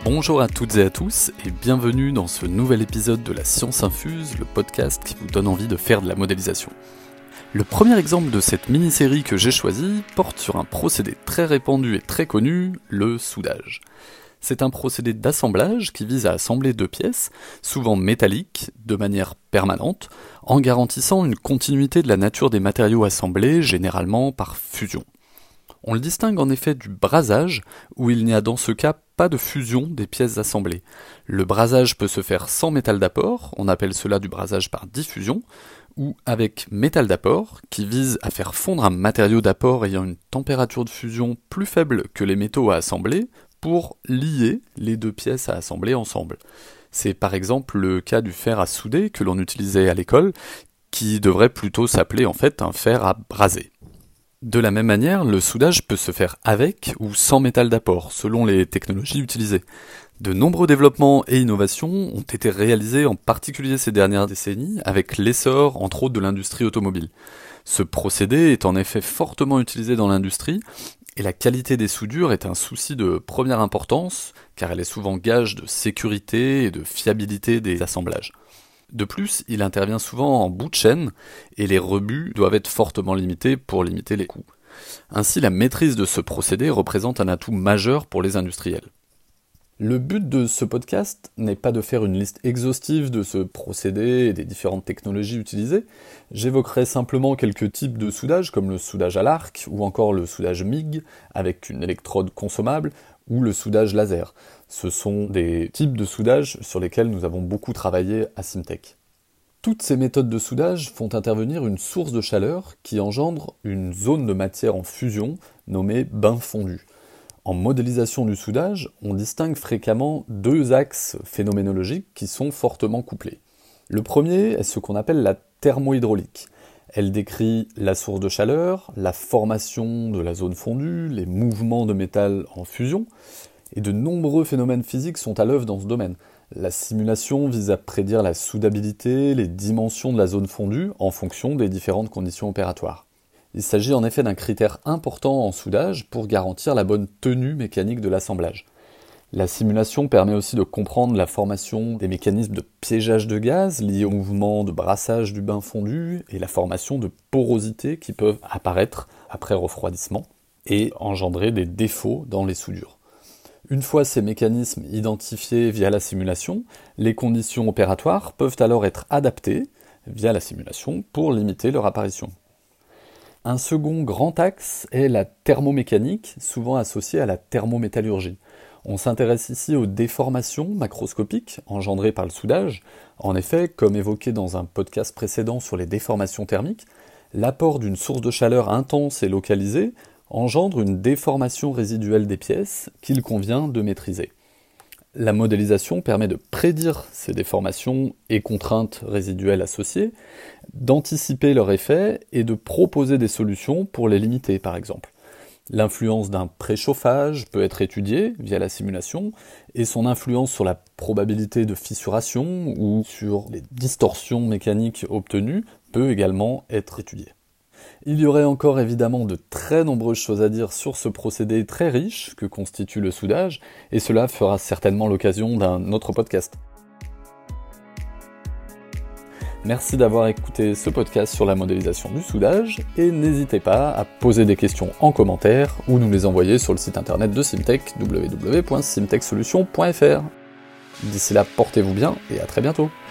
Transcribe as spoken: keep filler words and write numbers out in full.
Bonjour à toutes et à tous et bienvenue dans ce nouvel épisode de la Science Infuse, le podcast qui vous donne envie de faire de la modélisation. Le premier exemple de cette mini-série que j'ai choisi porte sur un procédé très répandu et très connu, le soudage. C'est un procédé d'assemblage qui vise à assembler deux pièces, souvent métalliques, de manière permanente, en garantissant une continuité de la nature des matériaux assemblés, généralement par fusion. On le distingue en effet du brasage, où il n'y a dans ce cas pas de fusion des pièces assemblées. Le brasage peut se faire sans métal d'apport, on appelle cela du brasage par diffusion, ou avec métal d'apport, qui vise à faire fondre un matériau d'apport ayant une température de fusion plus faible que les métaux à assembler, pour lier les deux pièces à assembler ensemble. C'est par exemple le cas du fer à souder que l'on utilisait à l'école, qui devrait plutôt s'appeler en fait un fer à braser. De la même manière, le soudage peut se faire avec ou sans métal d'apport, selon les technologies utilisées. De nombreux développements et innovations ont été réalisés en particulier ces dernières décennies, avec l'essor entre autres de l'industrie automobile. Ce procédé est en effet fortement utilisé dans l'industrie, et la qualité des soudures est un souci de première importance, car elle est souvent gage de sécurité et de fiabilité des assemblages. De plus, il intervient souvent en bout de chaîne, et les rebuts doivent être fortement limités pour limiter les coûts. Ainsi, la maîtrise de ce procédé représente un atout majeur pour les industriels. Le but de ce podcast n'est pas de faire une liste exhaustive de ce procédé et des différentes technologies utilisées. J'évoquerai simplement quelques types de soudage, comme le soudage à l'arc, ou encore le soudage M I G, avec une électrode consommable, ou le soudage laser. Ce sont des types de soudage sur lesquels nous avons beaucoup travaillé à Simtech. Toutes ces méthodes de soudage font intervenir une source de chaleur qui engendre une zone de matière en fusion nommée bain fondu. En modélisation du soudage, on distingue fréquemment deux axes phénoménologiques qui sont fortement couplés. Le premier est ce qu'on appelle la thermohydraulique. Elle décrit la source de chaleur, la formation de la zone fondue, les mouvements de métal en fusion, et de nombreux phénomènes physiques sont à l'œuvre dans ce domaine. La simulation vise à prédire la soudabilité, les dimensions de la zone fondue en fonction des différentes conditions opératoires. Il s'agit en effet d'un critère important en soudage pour garantir la bonne tenue mécanique de l'assemblage. La simulation permet aussi de comprendre la formation des mécanismes de piégeage de gaz liés au mouvement de brassage du bain fondu et la formation de porosités qui peuvent apparaître après refroidissement et engendrer des défauts dans les soudures. Une fois ces mécanismes identifiés via la simulation, les conditions opératoires peuvent alors être adaptées via la simulation pour limiter leur apparition. Un second grand axe est la thermomécanique, souvent associée à la thermométallurgie. On s'intéresse ici aux déformations macroscopiques engendrées par le soudage. En effet, comme évoqué dans un podcast précédent sur les déformations thermiques, l'apport d'une source de chaleur intense et localisée engendre une déformation résiduelle des pièces qu'il convient de maîtriser. La modélisation permet de prédire ces déformations et contraintes résiduelles associées, d'anticiper leur effet et de proposer des solutions pour les limiter par exemple. L'influence d'un préchauffage peut être étudiée via la simulation et son influence sur la probabilité de fissuration ou sur les distorsions mécaniques obtenues peut également être étudiée. Il y aurait encore évidemment de très nombreuses choses à dire sur ce procédé très riche que constitue le soudage, et cela fera certainement l'occasion d'un autre podcast. Merci d'avoir écouté ce podcast sur la modélisation du soudage, et n'hésitez pas à poser des questions en commentaire ou nous les envoyer sur le site internet de Simtech, w w w point simtech solutions point f r. D'ici là, portez-vous bien et à très bientôt.